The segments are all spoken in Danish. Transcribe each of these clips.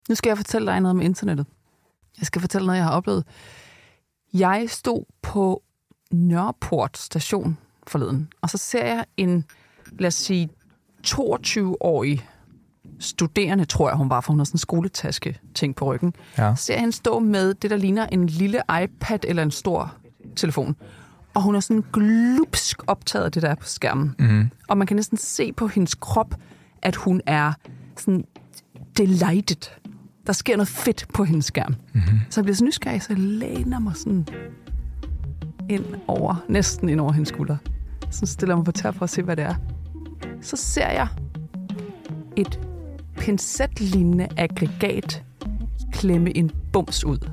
Nu skal jeg fortælle dig noget om internettet. Jeg skal fortælle noget, jeg har oplevet. Jeg stod på Nørreport station forleden, og så ser jeg en, lad os sige, 22-årig studerende, tror jeg, hun var, for hun har sådan en skoletaske-ting på ryggen. Ja. Så ser jeg hende stå med det, der ligner en lille iPad eller en stor telefon. Og hun er sådan glupsk optaget af det der på skærmen. Mm. Og man kan næsten se på hendes krop, at hun er sådan delighted. Der sker noget fedt på hendes skærm. Mm-hmm. Så jeg bliver så nysgerrig, så jeg læner mig sådan næsten ind over hendes skulder. Så stiller jeg mig på tær for at se, hvad det er. Så ser jeg et pincetlignende aggregat klemme en bums ud.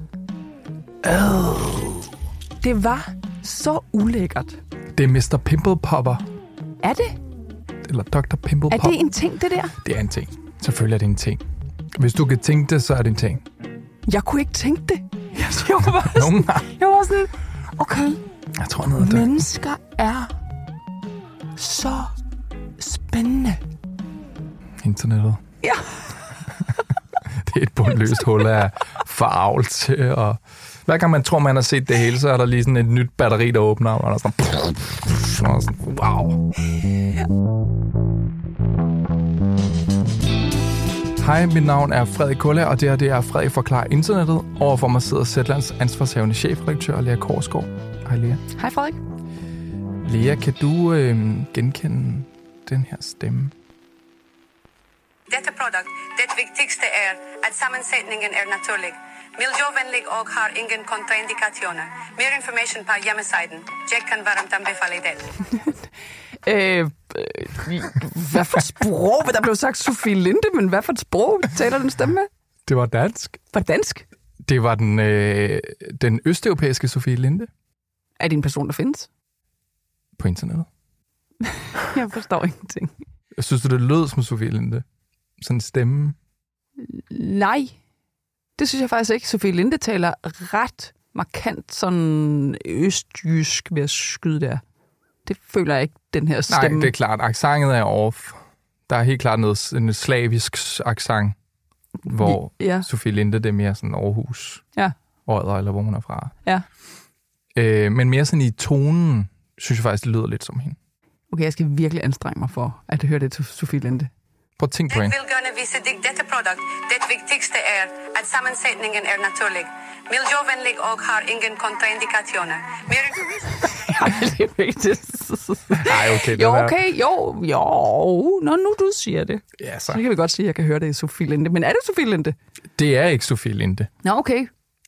Det var så ulækkert. Det er Mr. Pimple Popper. Er det? Eller Dr. Pimple Popper. Er det en ting, det der? Det er en ting. Selvfølgelig er det en ting. Hvis du kan tænke det, så er det en ting. Jeg kunne ikke tænke det. Jeg var sådan, okay. Jeg tror noget af det. Mennesker er så spændende. Internettet. Ja. Det er et bundløst hul af forarvelse, og hver gang man tror, man har set det hele, så er der lige sådan et nyt batteri, der åbner, og der er sådan wow. Hej, mit navn er Frederik Kulla, og det er Frederik forklarer internettet. Overfor mig sidder Zetlands ansvarshavende chefredaktør, Lea Korsgaard. Hej, Lea. Hej, Frederik. Lea, kan du genkende den her stemme? Dette produkt, det vigtigste er, at sammensætningen er naturlig. Miljøvenlig og har ingen kontraindikationer. Mere information på hjemmesiden. Jeg kan varmt anbefale det. Hvad for sprog? Der blev sagt Sofie Linde, men hvad for et sprog taler den stemme med? Det var dansk. Var det dansk? Det var den østeuropæiske Sofie Linde. Er det en person, der findes? På internettet. Jeg forstår ingenting. Jeg synes, det lød som Sofie Linde. Sådan en stemme. Nej, det synes jeg faktisk ikke. Sofie Linde taler ret markant sådan østjysk ved at skyde der. Det føler jeg ikke, den her stemme. Nej, det er klart. Accentet er off. Der er helt klart en slavisk accent, hvor Sofie Linde, det er mere sådan Aarhus. Ja. Odder, eller hvor hun er fra. Ja. Men mere sådan i tonen, synes jeg faktisk, det lyder lidt som hende. Okay, jeg skal virkelig anstrenge mig for, at høre det til Sofie Linde. Prøv at tænke på hende. Jeg vil gerne vise dig dette produkt. Det vigtigste er, at sammensætningen er naturlig. Miljøvenlig og har ingen kontraindikationer. Mere Det er vigtigt. Nej, okay. Når nu du siger det. Ja, så kan vi godt sige, at jeg kan høre det i Sofie Linde. Men er det Sofie Linde? Det er ikke Sofie Linde. Nå, okay.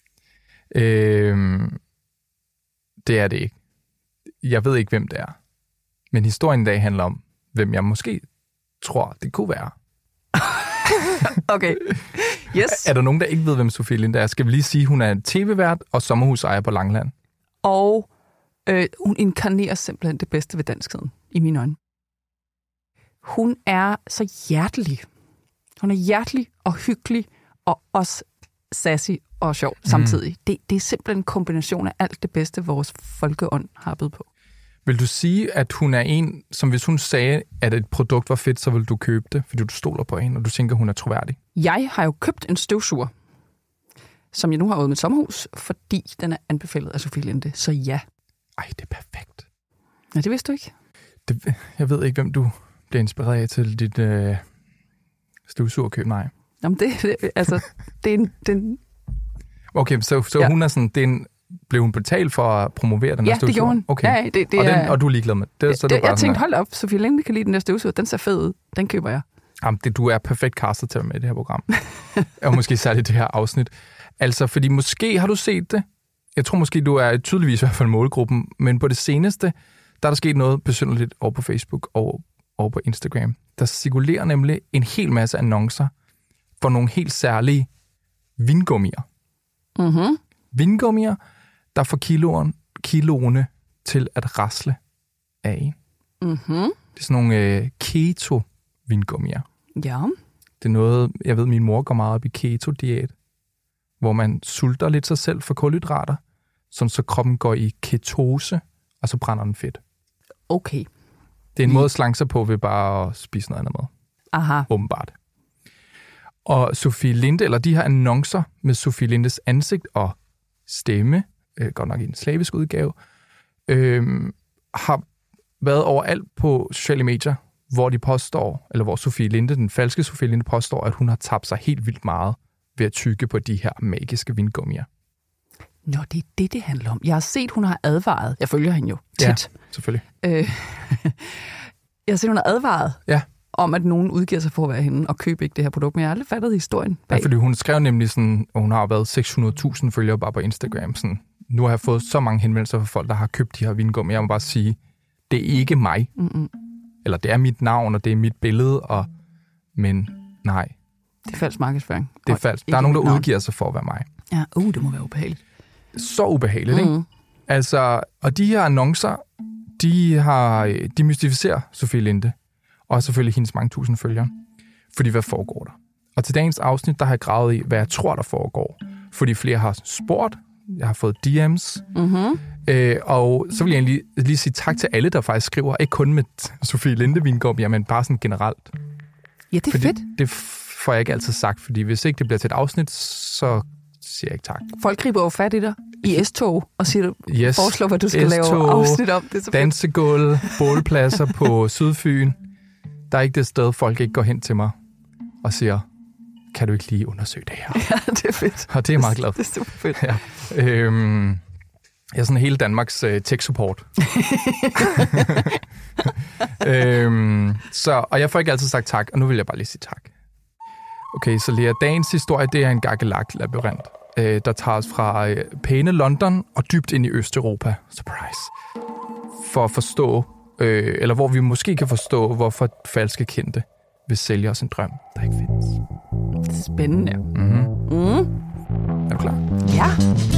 Det er det ikke. Jeg ved ikke, hvem det er. Men historien i dag handler om, hvem jeg måske tror, det kunne være. Okay. Yes. Er der nogen, der ikke ved, hvem Sofie Linde er? Skal vi lige sige, hun er en tv-vært og sommerhusejer på Langeland. Og hun inkarnerer simpelthen det bedste ved danskheden, i mine øjne. Hun er så hjertelig. Hun er hjertelig og hyggelig, og også sassy og sjov samtidig. Det er simpelthen en kombination af alt det bedste, vores folkeånd har bydet på. Vil du sige, at hun er en, som hvis hun sagde, at et produkt var fedt, så vil du købe det, fordi du stoler på hende, og du tænker, hun er troværdig? Jeg har jo købt en støvsuger, som jeg nu har ude med sommerhus, fordi den er anbefalet af Sofie Linde, så ja. Ej, det er perfekt. Ja, det vidste du ikke. Jeg ved ikke, hvem du bliver inspireret af til dit støvsugerkøb, nej. Jamen, det er en... Okay, så hun er sådan, blev hun betalt for at promovere den her støvsuger? Ja, det gjorde hun. Okay. Ja, og du er ligeglad med det? Jeg tænkte, hold op, Sofie Linde kan lide den der støvsuger, den ser fed ud, den køber jeg. Jamen, du er perfekt castet til at være med i det her program. Og måske særligt det her afsnit. Altså, fordi måske har du set det. Jeg tror måske, du er tydeligvis i hvert fald målgruppen, men på det seneste, der er der sket noget besynderligt over på Facebook og over på Instagram. Der cirkulerer nemlig en hel masse annoncer for nogle helt særlige vingummier. Mhm. Vingummier, der får kiloene til at rasle af en. Mhm. Det er sådan nogle keto-vingummier. Ja. Det er noget, jeg ved, min mor går meget op i keto-diæt, hvor man sulter lidt sig selv for kulhydrater, så kroppen går i ketose, og så brænder den fedt. Okay. Det er en måde at slanke sig på ved bare at spise noget andet mad. Aha. Åbenbart. Og Sofie Linde, eller de her annoncer med Sofie Lindes ansigt og stemme, godt nok i en slavisk udgave, har været overalt på sociale medier, hvor de påstår, eller hvor Sofie Linde, den falske Sofie Linde, påstår, at hun har tabt sig helt vildt meget ved at tygge på de her magiske vingummier. Nå, det er det handler om. Jeg har set, hun har advaret. Jeg følger hende jo tit. Ja, selvfølgelig. Jeg har set, hun har advaret om, at nogen udgiver sig for at være hende og købe ikke det her produkt, men jeg har aldrig fattet historien bag. Ja, fordi hun skrev nemlig sådan, og hun har været 600.000 følgere bare på Instagram. Sådan, nu har jeg fået så mange henvendelser fra folk, der har købt de her vingummier. Jeg må bare sige, det er ikke mig. Eller det er mit navn, og det er mit billede, men nej. Det er falsk markedsføring. Det er falsk. Der er nogen, der udgiver sig for at være mig. Ja, det må være ubehageligt. Så ubehageligt, ikke? Altså, og de her annoncer, de mystificerer Sofie Linde, og selvfølgelig hendes mange tusind følgere. Fordi hvad foregår der? Og til dagens afsnit, der har jeg gravet i, hvad jeg tror, der foregår. Fordi flere har spurgt, jeg har fået DM's, og så vil jeg lige sige tak til alle, der faktisk skriver, ikke kun med Sofie Linde vingummier, men bare sådan generelt. Ja, det er fordi fedt. Det får jeg ikke altid sagt, fordi hvis ikke det bliver til et afsnit, så siger jeg ikke tak. Folk griber jo fat i dig i S-tog og siger, foreslår, hvad du skal lave afsnit om. Det er dansegulv, bålpladser på Sydfyn. Der er ikke det sted, folk ikke går hen til mig og siger, kan du ikke lige undersøge det her? Ja, det er fedt. Og det er meget glad. Det er super fedt. Ja. Jeg er sådan hele Danmarks tech-support. Og jeg får ikke altid sagt tak, og nu vil jeg bare lige sige tak. Okay, så Lea, dagens historie, det er en gakkelak-labyrint, der tager os fra pæne London og dybt ind i Østeuropa. Surprise. For at forstå, eller hvor vi måske kan forstå, hvorfor falske kendte vil sælge os en drøm, der ikke findes. Det er spændende. Er du klar? Ja.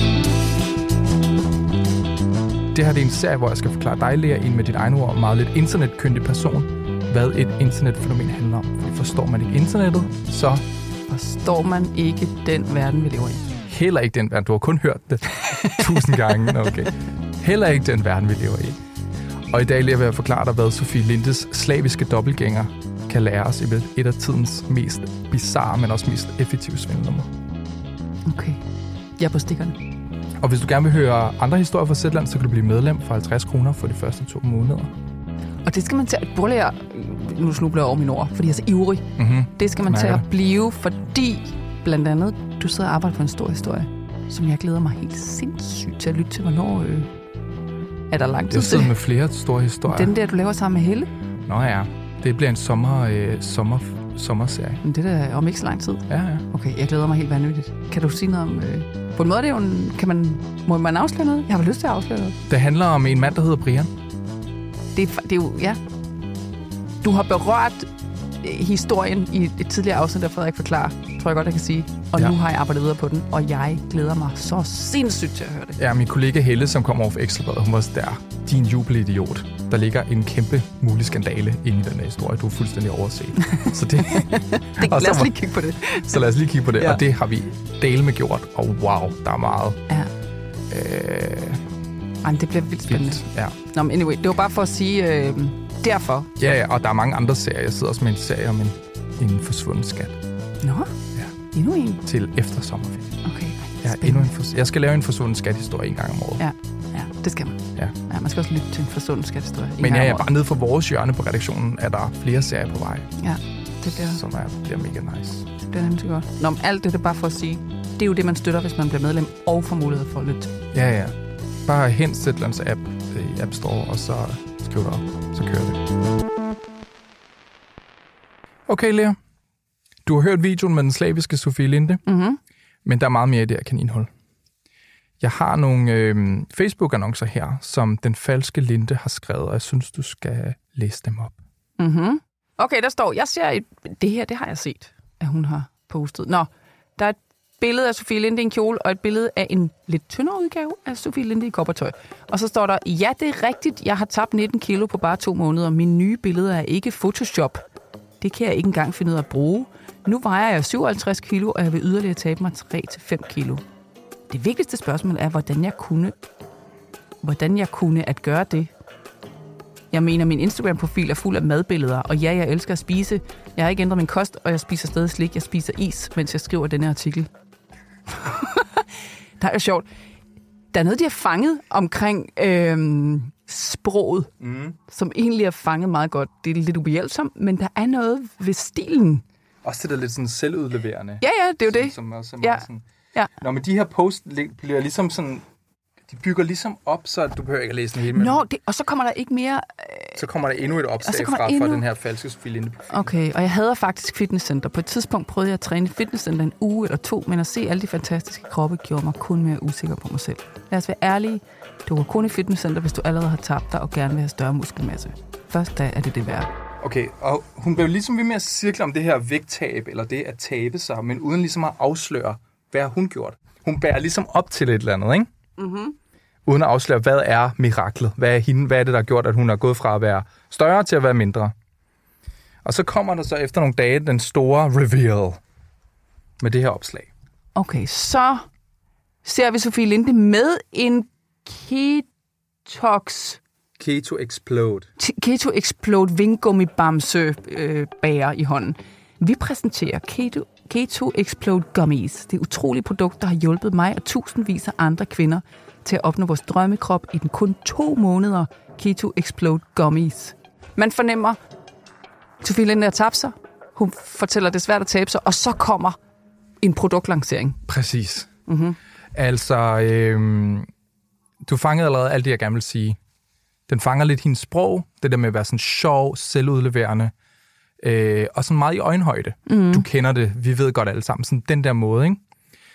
Det her det er en serie, hvor jeg skal forklare dig, Lea, en med dit egne ord, meget lidt internetkyndig person, hvad et internetfænomen handler om. Fordi forstår man ikke internettet, så forstår man ikke den verden, vi lever i. Heller ikke den verden. Du har kun hørt det 1000 gange. Okay. Heller ikke den verden, vi lever i. Og i dag vil jeg forklare dig, hvad Sofie Lindes slaviske dobbeltgænger kan lære os i et af tidens mest bizarre, men også mest effektive svindelnummer. Okay. Jeg er på stikkerne. Og hvis du gerne vil høre andre historier fra Zetland, så kan du blive medlem for 50 kroner for de første 2 måneder. Og det skal man tage... Nu snubler jeg over mine ord, fordi jeg er så ivrig. Det skal man tage at blive, fordi blandt andet, du sidder og arbejder på en stor historie, som jeg glæder mig helt sindssygt til at lytte til. Hvornår er der lang tid til? Jeg sidder med flere store historier. Den der, du laver sammen med Helle? Nå ja, det bliver en sommerserie. Men det der om ikke så lang tid? Ja. Okay, jeg glæder mig helt vanvittigt. Kan du sige noget om... På en måde er det jo må man afsløre noget? Jeg har vel lyst til at afsløre noget. Det handler om en mand, der hedder Brian. Det er jo, ja. Du har berørt historien i et tidligere afsnit, der Frederik forklarer, tror jeg godt, jeg kan sige. Og nu har jeg arbejdet videre på den, og jeg glæder mig så sindssygt til at høre det. Ja, min kollega Helle, som kom over fra Ekstra Bladet, hun var der. Din jubelidiot. Der ligger en kæmpe mulig skandale inde i den her historie. Du er fuldstændig overset. Så det... lad os lige kigge på det. Så lad os lige kigge på det, og det har vi dele med gjort. Og wow, der er meget. Ja. Ej, det bliver vildt spændende. Ja. Nå, men anyway, det var bare for at sige derfor. Ja, og der er mange andre serier. Jeg sidder også med en serie om en forsvunden skat. Nå, ja. Endnu en? Til efter sommerferien. Okay, jeg skal lave en forsvunden skathistorie en gang om året. Ja, det skal man. Ja, man skal også lytte til en forsvunden skathistorie. Men jeg er bare nede for vores hjørne på redaktionen, er der flere serier på vej. Ja, det bliver... Som bliver mega nice. Det bliver nemlig godt. Nå, men alt det er bare for at sige, det er jo det, man støtter, hvis man bliver medlem og får mulighed for at lytte. Ja. Bare hent Zetlands app i App Store, og så skriv det op. Så kører det. Okay, Lea. Du har hørt videoen med den slaviske Sofie Linde, men der er meget mere i det her kaninhul. Jeg har nogle Facebook-annoncer her, som den falske Linde har skrevet, og jeg synes, du skal læse dem op. Okay, der står, jeg ser det her, det har jeg set, at hun har postet. Nå, der er et billede af Sofie Linde i en kjole, og et billede af en lidt tyndere udgave af Sofie Linde i koppertøj. Og så står der, ja, det er rigtigt, jeg har tabt 19 kilo på bare 2 måneder. Mine nye billeder er ikke Photoshop. Det kan jeg ikke engang finde ud af at bruge. Nu vejer jeg 57 kilo, og jeg vil yderligere tabe mig 3-5 kilo. Det vigtigste spørgsmål er, hvordan jeg kunne at gøre det. Jeg mener, min Instagram-profil er fuld af madbilleder, og ja, jeg elsker at spise. Jeg har ikke ændret min kost, og jeg spiser stadig slik. Jeg spiser is, mens jeg skriver denne artikel. Det er jo sjovt. Der er noget, de har fanget omkring sproget, som egentlig er fanget meget godt. Det er lidt ubehjælpsomt, men der er noget ved stilen. Også det der lidt sådan selvudleverende. Ja, det er jo det. Som også er meget sådan... Nå, men de her post bliver ligesom sådan... De bygger ligesom op, så du behøver ikke at læse den hele. Og så kommer der ikke mere... Så kommer der endnu et opslag fra den her falske Sofie Linde. Okay, og jeg hader faktisk fitnesscenter. På et tidspunkt prøvede jeg at træne i fitnesscenter en uge eller 2, men at se alle de fantastiske kroppe gjorde mig kun mere usikker på mig selv. Lad os være ærlige. Du går kun i fitnesscenter, hvis du allerede har tabt dig og gerne vil have større muskelmasse. Først da er det værd. Okay, og hun blev ligesom ved med at cirkle om det her vægttab, eller det at tabe sig, men uden ligesom at afsløre, hvad hun gjort. Hun bærer ligesom op til et eller andet, ikke? Mhm. Uden at afsløre, hvad er miraklet? Hvad er det, der har gjort, at hun er gået fra at være større til at være mindre? Og så kommer der så efter nogle dage den store reveal med det her opslag. Okay, så ser vi Sofie Linde med en Keto Explode vingummibamse bager i hånden. Vi præsenterer Keto Explode Gummies. Det er utrolige produkt, der har hjulpet mig og tusindvis af andre kvinder til at opnå vores drømmekrop i den kun 2 måneder. Keto Explode Gummies. Man fornemmer, Sofie Linde har tabt sig. Hun fortæller, det er svært at tabe sig, og så kommer en produktlancering. Præcis. Mm-hmm. Altså, du fangede allerede alt det, jeg gerne vil sige. Den fanger lidt hendes sprog, det der med at være sådan sjov, selvudleverende, og sådan meget i øjenhøjde. Du kender det, vi ved godt alle sammen, sådan den der måde, ikke?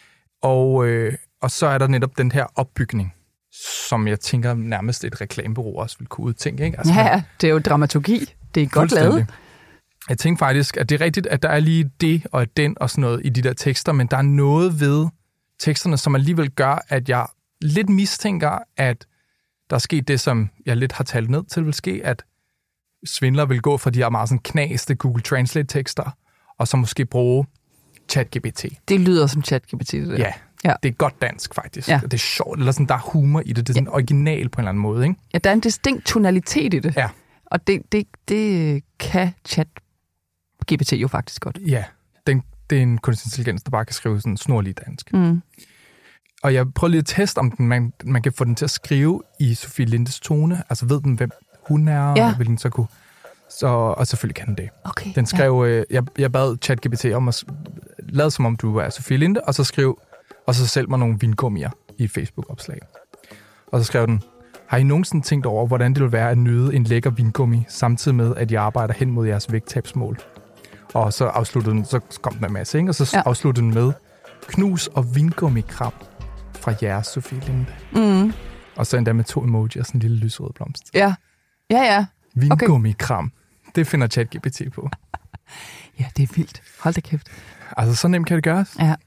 Og så er der netop den her opbygning, som jeg tænker nærmest et reklamebureau også vil kunne udtænke, ikke? Altså, ja, det er jo dramaturgi. Det er godt lavet. Jeg tænker faktisk, at det er rigtigt, at der er lige det og den og sådan noget i de der tekster, men der er noget ved teksterne, som alligevel gør, at jeg lidt mistænker, at der er sket det, som jeg lidt har talt ned til, vil ske, at svindlere vil gå fra de her meget sådan knaste Google Translate-tekster, og så måske bruge ChatGPT. Det lyder som ChatGPT, det der. Ja, det er godt dansk, faktisk. Ja. Det er sjovt, eller sådan, der er humor i det. Det er sådan original på en eller anden måde, ikke? Ja, der er en distinkt tonalitet i det. Ja. Og det kan ChatGPT jo faktisk godt. Ja, det er en kunstig intelligens, der bare kan skrive sådan snorlig dansk. Og jeg prøver lige at teste, om man kan få den til at skrive i Sofie Lindes tone. Altså ved den, hvem hun er, og vil den så kunne... Og selvfølgelig kan den det. Okay, den skrev... Jeg bad ChatGPT om at lade som om du er Sofie Linde, og så skriv... Og så selv mig nogle vingummier i et Facebook-opslag. Og så skrev den, har I nogensinde tænkt over, hvordan det vil være at nyde en lækker vingummi, samtidig med, at I arbejder hen mod jeres vægttabsmål? Og så afsluttede den, så kom den en masse, ikke? Og så afsluttede den med, knus og vingummikram fra jeres Sofie Linde. Og så endda med 2 emoji og sådan en lille lysrød blomst. Ja. Vingummikram. Det finder ChatGPT på. Ja, det er vildt. Hold da kæft. Altså, så nemt kan det gøres. Ja.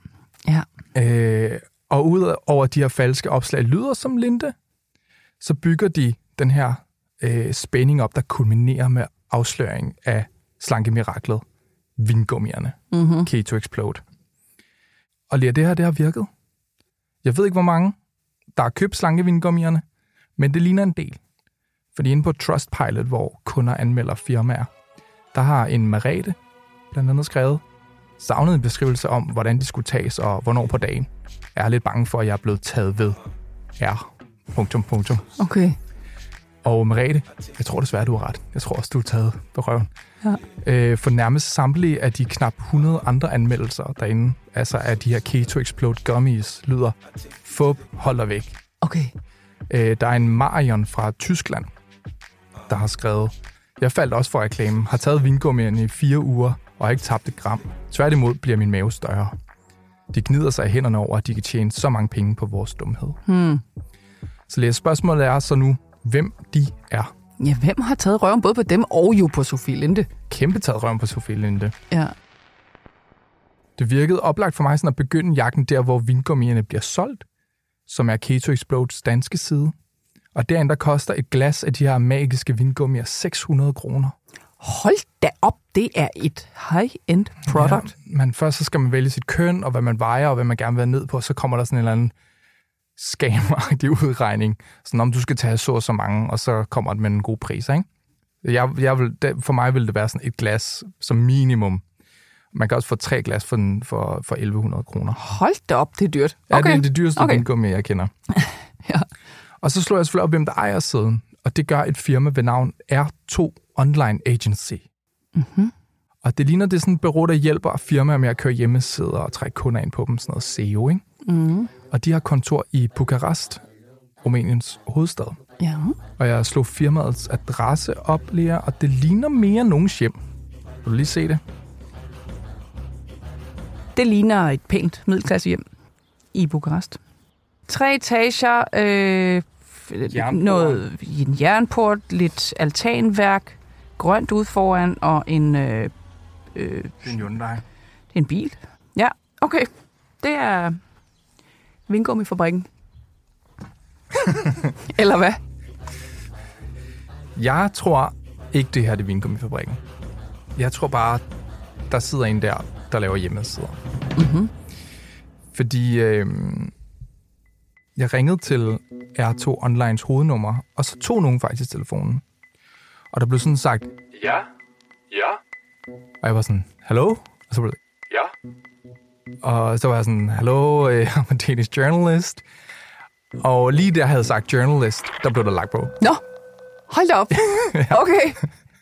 Og ud over de her falske opslag lyder som Linde, så bygger de den her spænding op, der kulminerer med afsløring af slankemiraklet, vingummierne, Keto Explode. Og lige det har virket. Jeg ved ikke, hvor mange, der har købt slankevingummierne, men det ligner en del. Fordi inde på Trustpilot, hvor kunder anmelder firmaer, der har en Merete blandt andet skrevet, savnet en beskrivelse om, hvordan de skulle tages og hvornår på dagen. Jeg er lidt bange for, at jeg er blevet taget ved. Okay. Og Merete, jeg tror desværre, du har ret. Jeg tror også, du er taget på røven. Ja. For nærmest samtlige af de knap 100 andre anmeldelser derinde, altså af de her Keto Explode Gummies, lyder, fup, hold dig væk. Okay. Der er en Marion fra Tyskland, der har skrevet, jeg faldt også for reklamen, har taget vingummierne i 4 uger, og har ikke tabt et gram. Tværtimod bliver min mave større. De gnider sig i hænderne over, at de kan tjene så mange penge på vores dumhed. Så spørgsmålet er så nu, hvem de er. Ja, hvem har taget røven både på dem og jo på Sofie Linde? Kæmpe taget røven på Sofie Linde. Ja. Det virkede oplagt for mig sådan at begynde jagten der, hvor vingummierne bliver solgt, som er Keto Explodes danske side. Og derinde, der koster et glas af de her magiske vingummier 600 kroner. Hold da op, det er et high-end product. Ja, men først så skal man vælge sit køn, og hvad man vejer, og hvad man gerne vil have ned på, så kommer der sådan en eller anden scam-agtig udregning. Sådan om du skal tage så mange, og så kommer det med en god pris, ikke? For mig ville det være sådan et glas som minimum. Man kan også få 3 glas for 1.100 kroner. Hold da op, det er dyrt. Okay. Ja, det er det dyreste vingummi, jeg kender. Ja. Og så slår jeg selvfølgelig op, hvem der ejer siden. Og det gør et firma ved navn R2 Online Agency. Mm-hmm. Og det ligner, det er sådan et bureau, der hjælper firmaer med at køre hjemmesider og trække kunder ind på dem, sådan noget SEO, ikke? Mm-hmm. Og de har kontor i Bukarest, Rumæniens hovedstad. Ja. Og jeg slog firmaets adresse op lige, og det ligner mere nogens hjem. Vil du lige se det? Det ligner et pænt middelklasse hjem i Bukarest. 3 etager, noget i en jernport, lidt altanværk, grønt ude foran og en Hyundai. Det er en bil. Ja, okay. Det er vingummifabrikken. Eller hvad? Jeg tror ikke, det her er vingummifabrikken. Jeg tror bare, der sidder en der laver hjemmesider. Mm-hmm. Fordi jeg ringede til R2 Onlines hovednummer, og så tog nogen faktisk telefonen. Og der blev sådan sagt, ja. Og jeg var sådan, hallo? Og så blev det, ja. Og så var jeg sådan, hallo, I'm a Danish journalist. Og lige der jeg havde sagt journalist, der blev der lagt på. Nå, hold da op. Okay.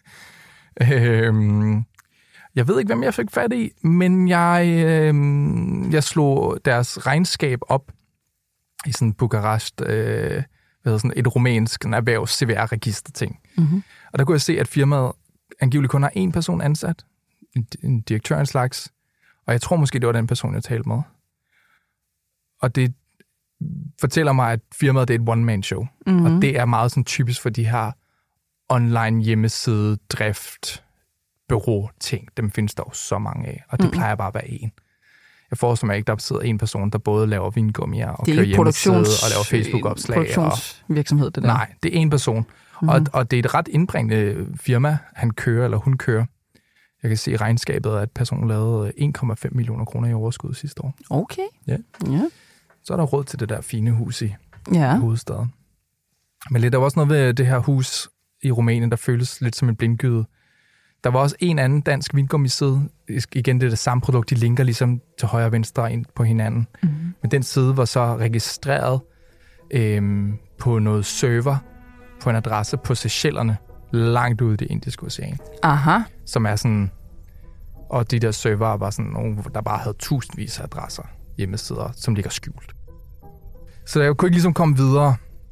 Jeg ved ikke, hvem jeg fik fat i, men jeg slog deres regnskab op i sådan Bukarest, sådan et rumænsk erhvervs CVR-register-ting. Mm-hmm. Og der kunne jeg se, at firmaet angiveligt kun har 1 person ansat, en direktør en slags, og jeg tror måske, det var den person, jeg talte med. Og det fortæller mig, at firmaet det er et one-man-show, mm-hmm. og det er meget sådan typisk for de her online hjemmeside, drift, bureau-ting. Dem findes der jo så mange af, og det plejer bare at være en. Jeg forestiller mig ikke, der sidder en person, der både laver vingummier og kører hjemmeside og laver Facebook-opslag. Det er ikke produktionsvirksomhed, det der. Nej, det er en person. Mm-hmm. Og det er et ret indbringende firma, han kører eller hun kører. Jeg kan se i regnskabet, at personen lavede 1,5 millioner kroner i overskud sidste år. Okay. Ja. Så er der råd til det der fine hus i hovedstaden. Men der var også noget ved det her hus i Rumænien, der føles lidt som en blindgyde. Der var også en anden dansk vingummiside. Igen, det er det samme produkt. De linker ligesom til højre og venstre ind på hinanden. Mm-hmm. Men den side var så registreret på noget server på en adresse på Seychellerne, langt ude i det indiske ocean. Aha. Som er sådan... Og de der server var sådan nogle, der bare havde tusindvis af adresser, hjemmesider, som ligger skjult. Så jeg kunne ikke ligesom komme videre.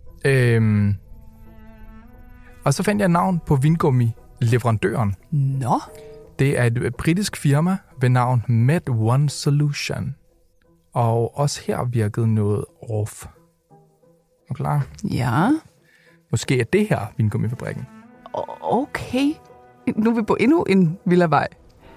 Og så fandt jeg et navn på vingummi-leverandøren. Nå? Det er et britisk firma ved navn Med1 Solution. Og også her virkede noget off. Er du klar? Ja. Måske er det her vingummifabrikken. Okay. Nu er vi på endnu en villavej.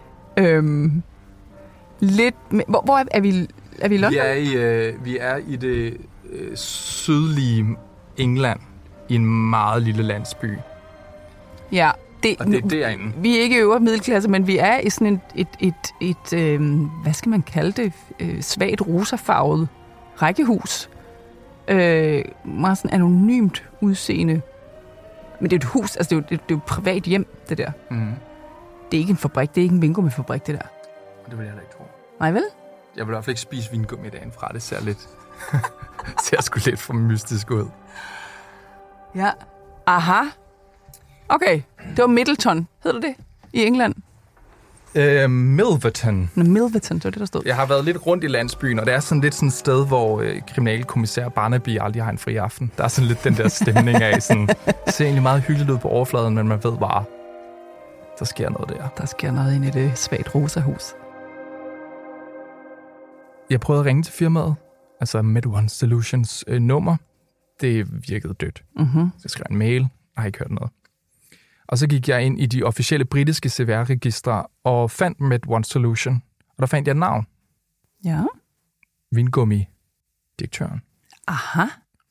Lidt... Hvor er vi? Er vi i London? Vi er i det sydlige England, i en meget lille landsby. Ja. Og det er derinde. Vi er ikke i øvre middelklasse, men vi er i sådan et hvad skal man kalde det, svagt rosafarvet rækkehus. Meget sådan anonymt udseende. Men det er et hus, altså det er jo et privat hjem, det der. Mm. Det er ikke en fabrik, det er ikke en vingummifabrik, det der. Det vil jeg da ikke tro. Nej, vel? Jeg vil i hvert fald ikke spise vingummi i dagen fra. Det ser lidt... ser sgu lidt for mystisk ud. Ja. Aha. Okay, det var Middleton, hedder det i England? Milverton. Milverton, det var det, der stod. Jeg har været lidt rundt i landsbyen, og det er sådan lidt sådan et sted, hvor kriminalkommissær Barnaby aldrig har en fri aften. Der er sådan lidt den der stemning af sådan... Det ser egentlig meget hyggeligt ud på overfladen, men man ved bare, der sker noget der. Der sker noget inde i det svagt rosa hus. Jeg prøvede at ringe til firmaet, altså Med1 Solutions nummer. Det virkede dødt. Mm-hmm. Så jeg skrev en mail, og har ikke hørt noget. Og så gik jeg ind i de officielle britiske CVR-registre og fandt Med1 Solution. Og der fandt jeg et navn. Ja. Vingummi-direktøren. Aha.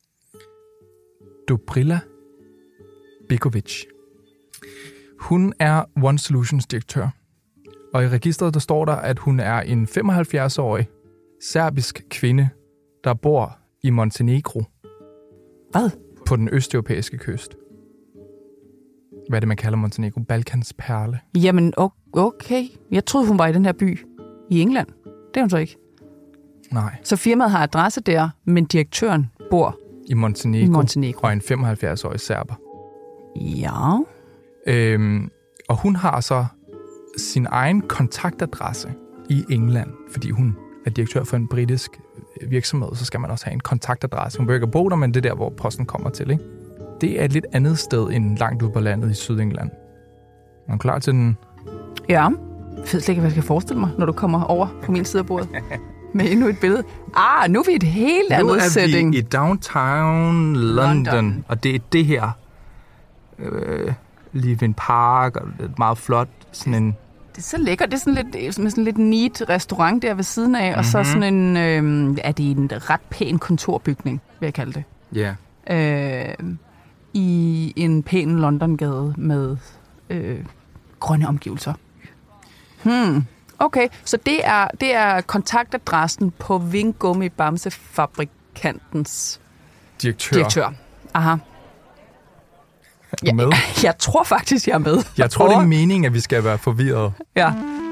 Dobrila Bikovic. Hun er One Solutions direktør. Og i registret der står der, at hun er en 75-årig serbisk kvinde, der bor i Montenegro. Hvad? På den østeuropæiske kyst. hvad er det, man kalder Montenegro? Balkans perle. Jamen, okay. Jeg troede, hun var i den her by i England. Det er hun så ikke. Nej. Så firmaet har adresse der, men direktøren bor I Montenegro. i Montenegro. Og en 75-årig serber. Ja. Og hun har så sin egen kontaktadresse i England, fordi hun er direktør for en britisk virksomhed, så skal man også have en kontaktadresse. Hun behøver ikke bo der, men det er der, hvor posten kommer til, ikke? Det er et lidt andet sted end langt ude på landet i Sydengland. Er du klar til den? Ja. Jeg ved slet ikke, hvad jeg skal forestille mig, når du kommer over på min side af bordet med endnu et billede. Nu er vi et helt andet setting. Nu er vi i downtown London, og det er det her lige ved en park, og det er meget flot, sådan en... Det er så lækkert. Det er sådan lidt neat restaurant der ved siden af, og så sådan en... er det en ret pæn kontorbygning, vil jeg kalde det. Ja. Yeah. I en pæn Londongade med grønne omgivelser. Okay, så det er kontaktadressen på Vingummi Bamsefabrikantens direktør. Aha. Ja, med? Jeg tror faktisk, jeg er med. Jeg tror, det er meningen, at vi skal være forvirret. Ja.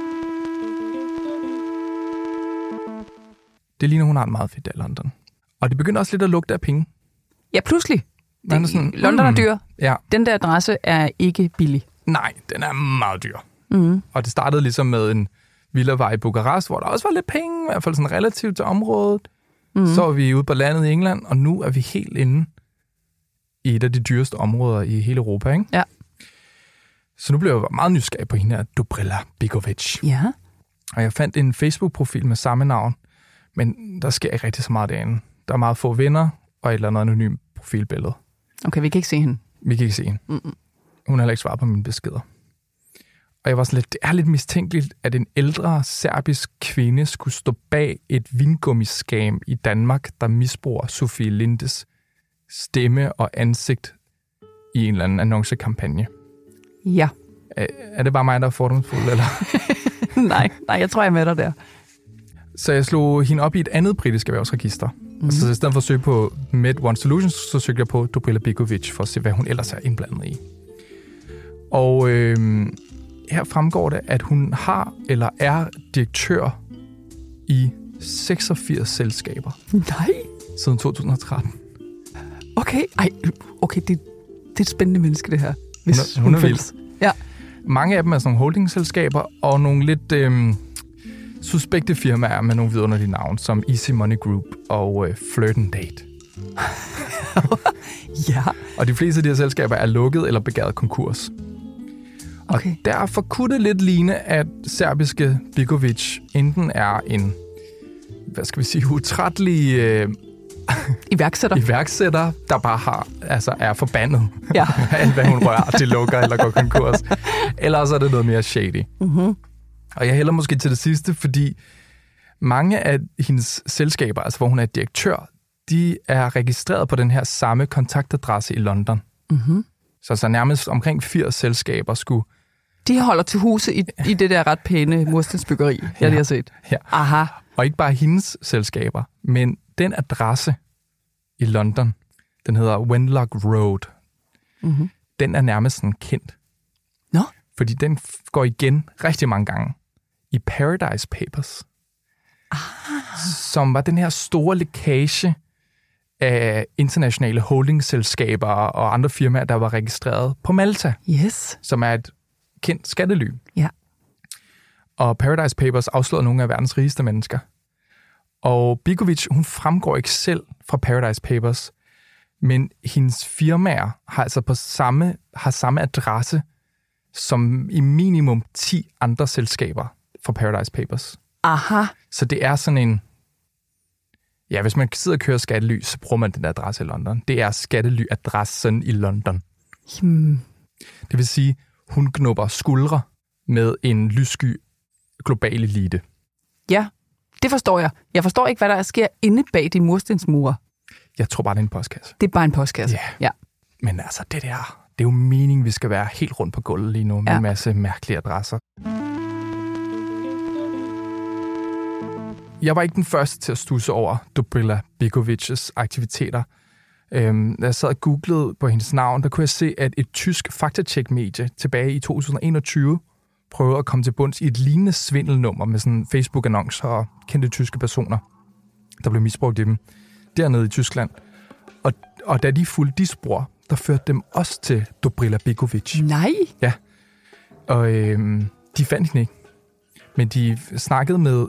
Det ligner, hun har en meget fedt dag i London. Og det begynder også lidt at lugte af penge. Ja, pludselig. Sådan, London er dyr. Ja. Den der adresse er ikke billig. Nej, den er meget dyr. Og det startede ligesom med en villavej i Bukarest, hvor der også var lidt penge, i hvert fald sådan relativt til området. Så var vi ude på landet i England, og nu er vi helt inde i et af de dyreste områder i hele Europa, ikke? Ja. Så nu blev jeg meget nysgerrig på hende her, Dobrila Bigovic. Ja. Og jeg fandt en Facebook-profil med samme navn, men der sker ikke rigtig så meget derinde. Der er meget få venner og et eller andet anonymt profilbillede. Okay, vi kan ikke se hende. Vi kan ikke se hende. Hun har heller ikke svaret på mine beskeder. Og jeg var sådan lidt, det er lidt mistænkeligt, at en ældre serbisk kvinde skulle stå bag et vingummiskam i Danmark, der misbruger Sofie Lindes stemme og ansigt i en eller anden annoncekampagne. Ja. Er det bare mig, der er fordomsfuld, eller? Nej, jeg tror, jeg er med dig der. Så jeg slog hende op i et andet britisk erhvervsregister. Så i stedet for at søge på Med One Solutions, så søgte jeg på Dobrila Bigovic for at se, hvad hun ellers er indblandet i. Og her fremgår det, at hun har eller er direktør i 86 selskaber. Nej. Siden 2013. Okay, det er et spændende menneske, det her. Hun er vild. Ja. Mange af dem er sådan nogle holdingselskaber, og nogle lidt suspekte firmaer med nogle vidunderlige navne, som Easy Money Group og Flirt and Date. Ja. Og de fleste af de her selskaber er lukket eller begæret konkurs. Okay. Og derfor kunne det lidt ligne, at serbiske Bigovic enten er en, utrættelig iværksætter, der bare er forbandet. Ja. Alt, hvad hun rører, det lukker eller går konkurs. Eller så er det noget mere shady. Og jeg hælder måske til det sidste, fordi mange af hendes selskaber, altså hvor hun er direktør, de er registreret på den her samme kontaktadresse i London. Så nærmest omkring 80 selskaber skulle... De holder til huse i det der ret pæne murstensbyggeri, jeg lige har set. Ja. Aha. Og ikke bare hendes selskaber, men den adresse i London, den hedder Wenlock Road. Den er nærmest sådan kendt. Nå? Fordi den går igen rigtig mange gange i Paradise Papers. Som var den her store lækage af internationale holdingselskaber og andre firmaer, der var registreret på Malta. Yes. Som er et kendt skattely. Ja. Og Paradise Papers afslørede nogle af verdens rigeste mennesker. Og Bigovic, hun fremgår ikke selv fra Paradise Papers, men hendes firmaer har altså samme adresse som i minimum 10 andre selskaber fra Paradise Papers. Aha. Så det er sådan en... Ja, hvis man sidder og kører skattely, så bruger man den der adresse i London. Det er skattelyadressen i London. Det vil sige, hun knupper skuldre med en lyssky global elite. Ja, det forstår jeg. Jeg forstår ikke, hvad der sker inde bag de murstensmure. Jeg tror bare, det er en postkasse. Det er bare en postkasse? Ja. Men altså, det er jo meningen, vi skal være helt rundt på gulvet lige nu med en masse mærkelige adresser. Jeg var ikke den første til at studse over Dobrila Bigovics aktiviteter, Da jeg sad og googlede på hendes navn, der kunne jeg se, at et tysk faktacheck-medie tilbage i 2021 prøvede at komme til bunds i et lignende svindelnummer med sådan Facebook-annoncer og kendte tyske personer, der blev misbrugt i dem dernede i Tyskland. Og da de fulgte de spor, der førte dem også til Dobrila Begovic. Nej! Ja. Og de fandt hende ikke. Men de snakkede med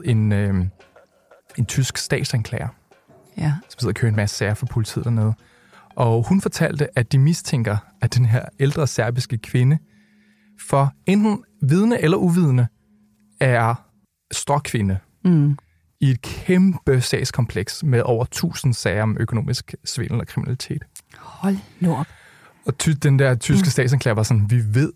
en tysk statsanklager, Ja. som sidder og kører en masse sager for politiet dernede. Og hun fortalte, at de mistænker, at den her ældre serbiske kvinde, for enten vidne eller uvidende, er stråkvinde i et kæmpe sagskompleks med over 1000 sager om økonomisk svindel og kriminalitet. Hold nu op. Og den der tyske statsanklager var sådan, vi ved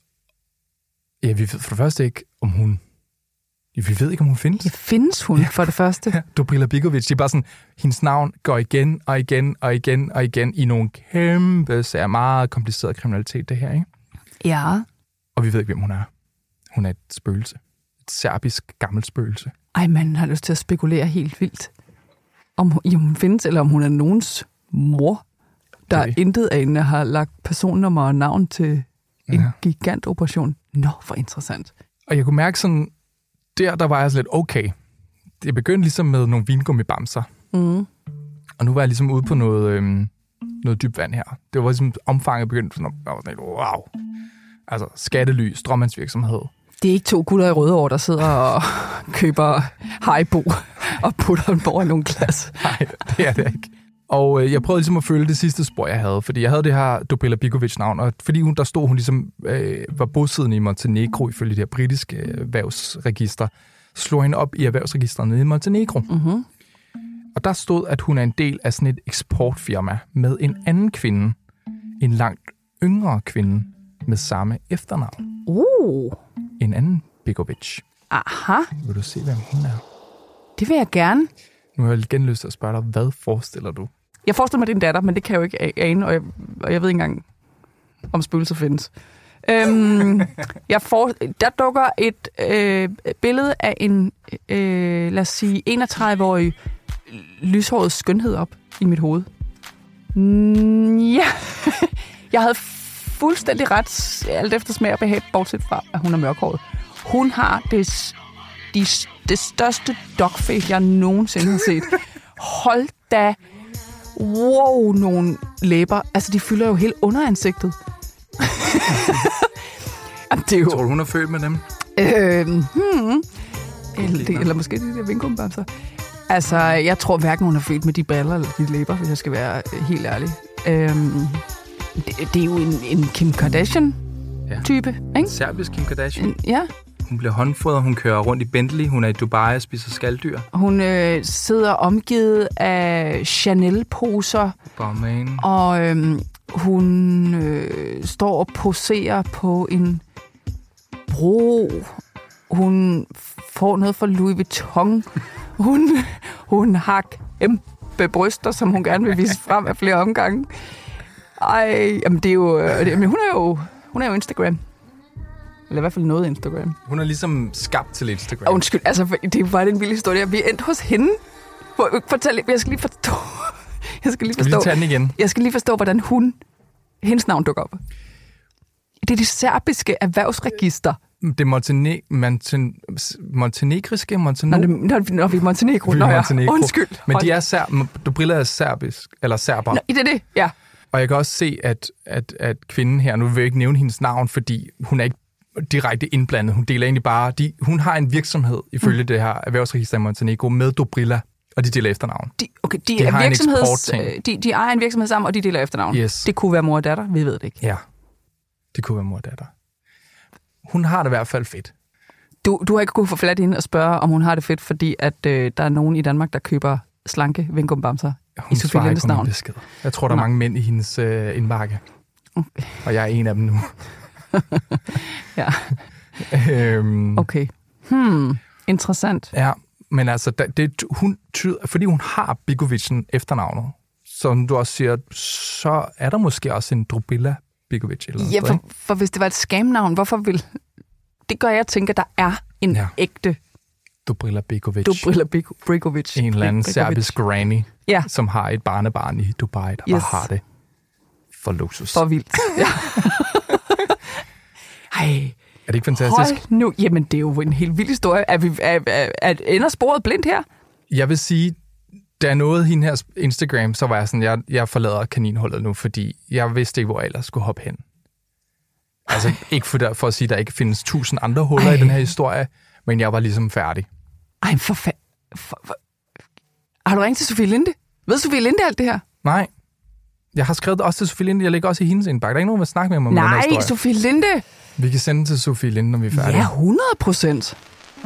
for det første ikke, om hun... Vi ved ikke, om hun findes. Ja, findes hun for det første? Ja, Dobrila Begovic, det er bare sådan, hendes navn går igen og igen og igen og igen i nogle kæmpe sager, meget kompliceret kriminalitet, det her, ikke? Ja. Og vi ved ikke, hvem hun er. Hun er et spøgelse. Et serbisk gammelt spøgelse. Ej, man har lyst til at spekulere helt vildt. Om hun findes, eller om hun er nogens mor, der intet anende har lagt personnummer og navn til en gigantoperation. Nå, hvor interessant. Og jeg kunne mærke sådan, der var jeg så lidt, okay, det begyndte ligesom med nogle vingummibamser. Og nu var jeg ligesom ude på noget dybt vand her. Det var ligesom omfanget begyndte sådan, jeg var sådan lidt, wow. Altså skattely, stråmandsvirksomhed. Det er ikke 2 gutter i Rødovre, der sidder og køber Haribo og putter den over i nogle glas. Nej, det er det ikke. Og jeg prøvede ligesom at følge det sidste spor, jeg havde, fordi jeg havde det her Dobrila Begovic-navn, og fordi hun ligesom var bosiddende i Montenegro ifølge det her britiske erhvervsregister, slog hende op i erhvervsregistret i Montenegro. Mm-hmm. Og der stod, at hun er en del af sådan et eksportfirma med en anden kvinde, en langt yngre kvinde med samme efternavn. En anden Begovic. Aha. Vil du se, hvem hun er? Det vil jeg gerne. Nu har jeg igen lyst til at spørge dig, hvad forestiller du? Jeg forestiller mig, det er en datter, men det kan jeg jo ikke ane, og jeg ved ikke engang, om spøgelser findes. Der dukker et billede af en, lad os sige, 31-årig lyshåret skønhed op i mit hoved. Ja, jeg havde fuldstændig ret, alt efter smag og behag, bortset fra, at hun er mørkhåret. Hun har det største dogface, jeg nogensinde har set. Hold da. Wow, nogle læber. Altså, de fylder jo helt underansigtet. Det er jo... Tror du, hun er født med dem? Eller måske de der vingummibamser. Altså, jeg tror hverken hun er født med de baller eller de læber, hvis jeg skal være helt ærlig. Det er jo en Kim Kardashian-type, ikke? Serbisk Kim Kardashian. Ja. Hun bliver håndfodret, hun kører rundt i Bentley, hun er i Dubai og spiser skaldyr. Hun sidder omgivet af Chanel-poser. Barman. Og hun står og poserer på en bro. Hun får noget fra Louis Vuitton. Hun har kæmpe bryster, som hun gerne vil vise frem af flere omgange. Ej, jamen det er jo... hun er jo Instagram. Eller i hvert fald noget Instagram. Hun er ligesom skabt til Instagram. Undskyld, altså det var en vild historie. Vi er endt hos hende. Fortæl, jeg skal lige forstå... Jeg skal lige tage den igen. Jeg skal lige forstå, hvordan hendes navn dukker op. Det er det serbiske erhvervsregister. Det er montenegriske? Når vi er Montenegro. Undskyld. Men de er Dobrila er serbisk, eller serber. Nå, det er det, ja. Og jeg kan også se, at kvinden her, nu vil jeg ikke nævne hendes navn, fordi hun er ikke direkte indblandet. Hun deler egentlig bare... Hun har en virksomhed, ifølge det her erhvervsregister i Montenegro, med Dobrila, og de deler efternavn. De ejer en virksomhed sammen, og de deler efternavn. Yes. Det kunne være mor og datter, vi ved det ikke. Ja, det kunne være mor og datter. Hun har det i hvert fald fedt. Du har ikke kunnet få flat ind og spørge, om hun har det fedt, fordi at der er nogen i Danmark, der køber slanke vingummibamser i Sofie Lindes navn. Jeg tror, der er mange mænd i hendes indbakke. Okay. Og jeg er en af dem nu. Ja. Okay. Interessant. Ja, men altså, fordi hun har Begovicen efternavnet, som du også siger, så er der måske også en Dobrila Begovic. Eller ja, for hvis det var et scam-navn, hvorfor vil... Det gør jeg tænke, at der er en ægte Dobrila Begovic. Dobrila Begovic. En eller anden serbisk granny, ja. Som har et barnebarn i Dubai, der bare har det for luksus. For vildt. Ja. Ej. Er det ikke fantastisk? Hold nu. Jamen, det er jo en helt vild historie. Ender sporet blindt her? Jeg vil sige, da jeg nåede hende her Instagram, så var jeg sådan, jeg forlader kaninhullet nu, fordi jeg vidste ikke, hvor jeg ellers skulle hoppe hen. Altså, ikke for at sige, at der ikke findes 1000 andre huller i den her historie, men jeg var ligesom færdig. Ej, har du ringet til Sofie Linde? Ved Sofie Linde alt det her? Nej. Jeg har skrevet også til Sofie Linde. Jeg ligger også i hendes indbakke. Der er ikke nogen, der vil snakke med mig om den her historie. Nej, Sofie Linde! Vi kan sende til Sofie Linde, når vi er færdige. Ja, 100%.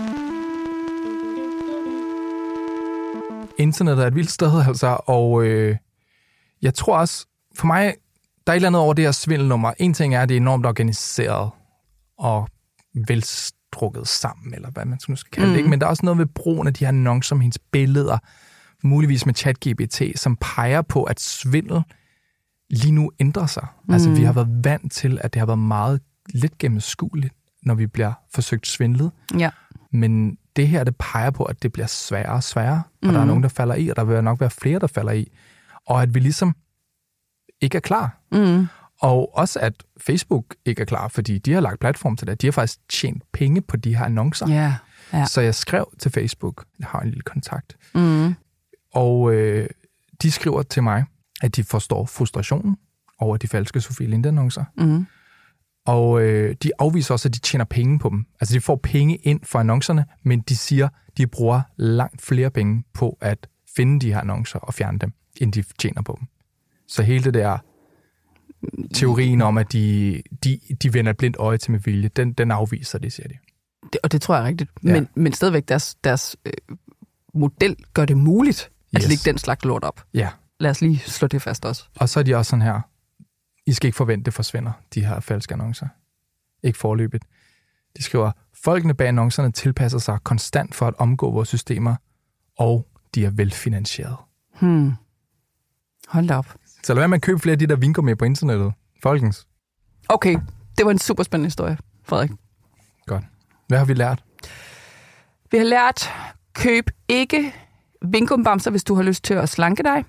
Internettet er et vildt sted, altså, og jeg tror også, for mig, der er et eller andet over det her svindelnummer. En ting er, at det er enormt organiseret og velstrukket sammen, eller hvad man nu skal kalde det, ikke? Men der er også noget ved brugen af de her annoncer med hendes billeder, muligvis med ChatGPT, som peger på, at svindel lige nu ændrer sig. Altså, vi har været vant til, at det har været meget lidt gennemskueligt, når vi bliver forsøgt svindlet. Ja. Men det her, det peger på, at det bliver sværere og sværere, og der er nogen, der falder i, og der vil nok være flere, der falder i. Og at vi ligesom ikke er klar. Og også, at Facebook ikke er klar, fordi de har lagt platform til det. De har faktisk tjent penge på de her annoncer. Yeah. Ja. Så jeg skrev til Facebook, jeg har en lille kontakt, og de skriver til mig, at de forstår frustrationen over de falske Sofie Linde-annoncer. Og de afviser også, at de tjener penge på dem. Altså, de får penge ind for annoncerne, men de siger, de bruger langt flere penge på at finde de her annoncer og fjerne dem, end de tjener på dem. Så hele det der teorien om, at de vender et blindt øje til med vilje, den afviser det, siger de. Og det tror jeg er rigtigt. Ja. Men stadigvæk, deres model gør det muligt at lægge den slags lort op. Ja. Lad os lige slå det fast også. Og så er de også sådan her, I skal ikke forvente, det forsvinder, de her falske annoncer. Ikke forløbigt. De skriver, folkene bag annoncerne tilpasser sig konstant for at omgå vores systemer, og de er velfinansieret. Hold da op. Så lad være med at købe flere af de der vingummier på internettet. Folkens. Okay, det var en super spændende historie, Frederik. Godt. Hvad har vi lært? Vi har lært, køb ikke vingumbamser, hvis du har lyst til at slanke dig.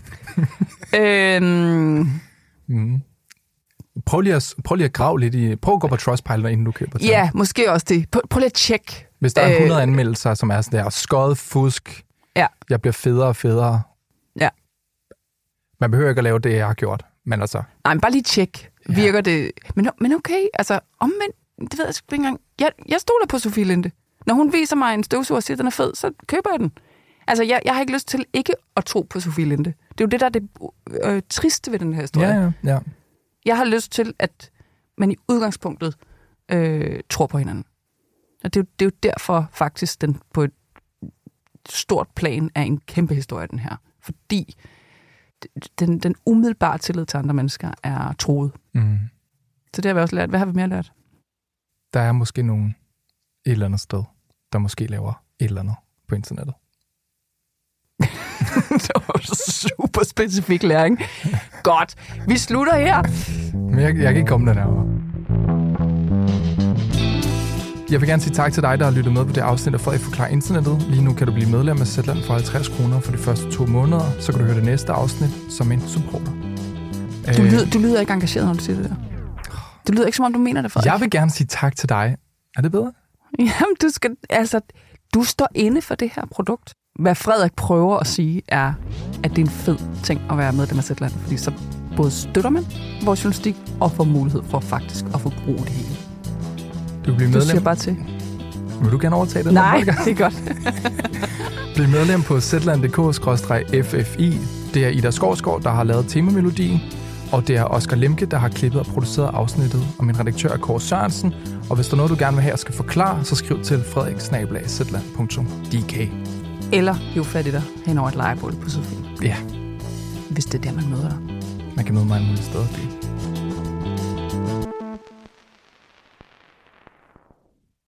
Prøv lige at grave lidt i... Prøv at gå på Trustpilot, inden du køber ting. Ja, måske også det. Prøv lige at tjekke. Hvis der er 100 anmeldelser, som er sådan der, skød, fusk, jeg bliver federe og federe. Ja. Man behøver ikke at lave det, jeg har gjort, men altså... Nej, men bare lige tjek. Virker det... Men okay, altså omvendt, det ved jeg sgu ikke engang. Jeg stoler på Sofie Linde. Når hun viser mig en støvsuger og siger, at den er fed, så køber jeg den. Altså, jeg har ikke lyst til ikke at tro på Sofie Linde. Det er jo det, der er det triste ved den her historie. Ja. Jeg har lyst til, at man i udgangspunktet tror på hinanden. Og det er jo derfor faktisk, den på et stort plan er en kæmpe historie, den her. Fordi den umiddelbare tillid til andre mennesker er truet. Så det har vi også lært. Hvad har vi mere lært? Der er måske nogen et eller andet sted, der måske laver et eller andet på internettet. Det var super specifik læring. Godt. Vi slutter her. Men jeg kan ikke komme den her. Jeg vil gerne sige tak til dig, der har lyttet med på det afsnit af Frederik Forklarer Internettet. Lige nu kan du blive medlem af Zetland for 50 kroner for de første 2 måneder. Så kan du høre det næste afsnit som en supporter. Du lyder ikke engageret, når du siger det der. Du lyder ikke, som om du mener det, Frederik. Jeg vil gerne sige tak til dig. Er det bedre? Jamen, du står inde for det her produkt. Hvad Frederik prøver at sige, er, at det er en fed ting at være medlem af Zetland, fordi så både støtter man vores journalistik og får mulighed for faktisk at få brug det hele. Du bliver medlem. Du siger bare til. Vil du gerne overtage det? Nej, det er godt. Bliv medlem på zetland.dk/FFI. Det er Ida Skovsgaard, der har lavet temamelodien, og det er Oscar Lemke, der har klippet og produceret afsnittet, og min redaktør er Kåre Sørensen. Og hvis der er noget, du gerne vil have og skal forklare, så skriv til frederik@zetland.dk. Eller hiv fat i dig hen over et lejebål på Sofie. Ja. Hvis det er der, man møder dig. Man kan møde mig en mulig sted.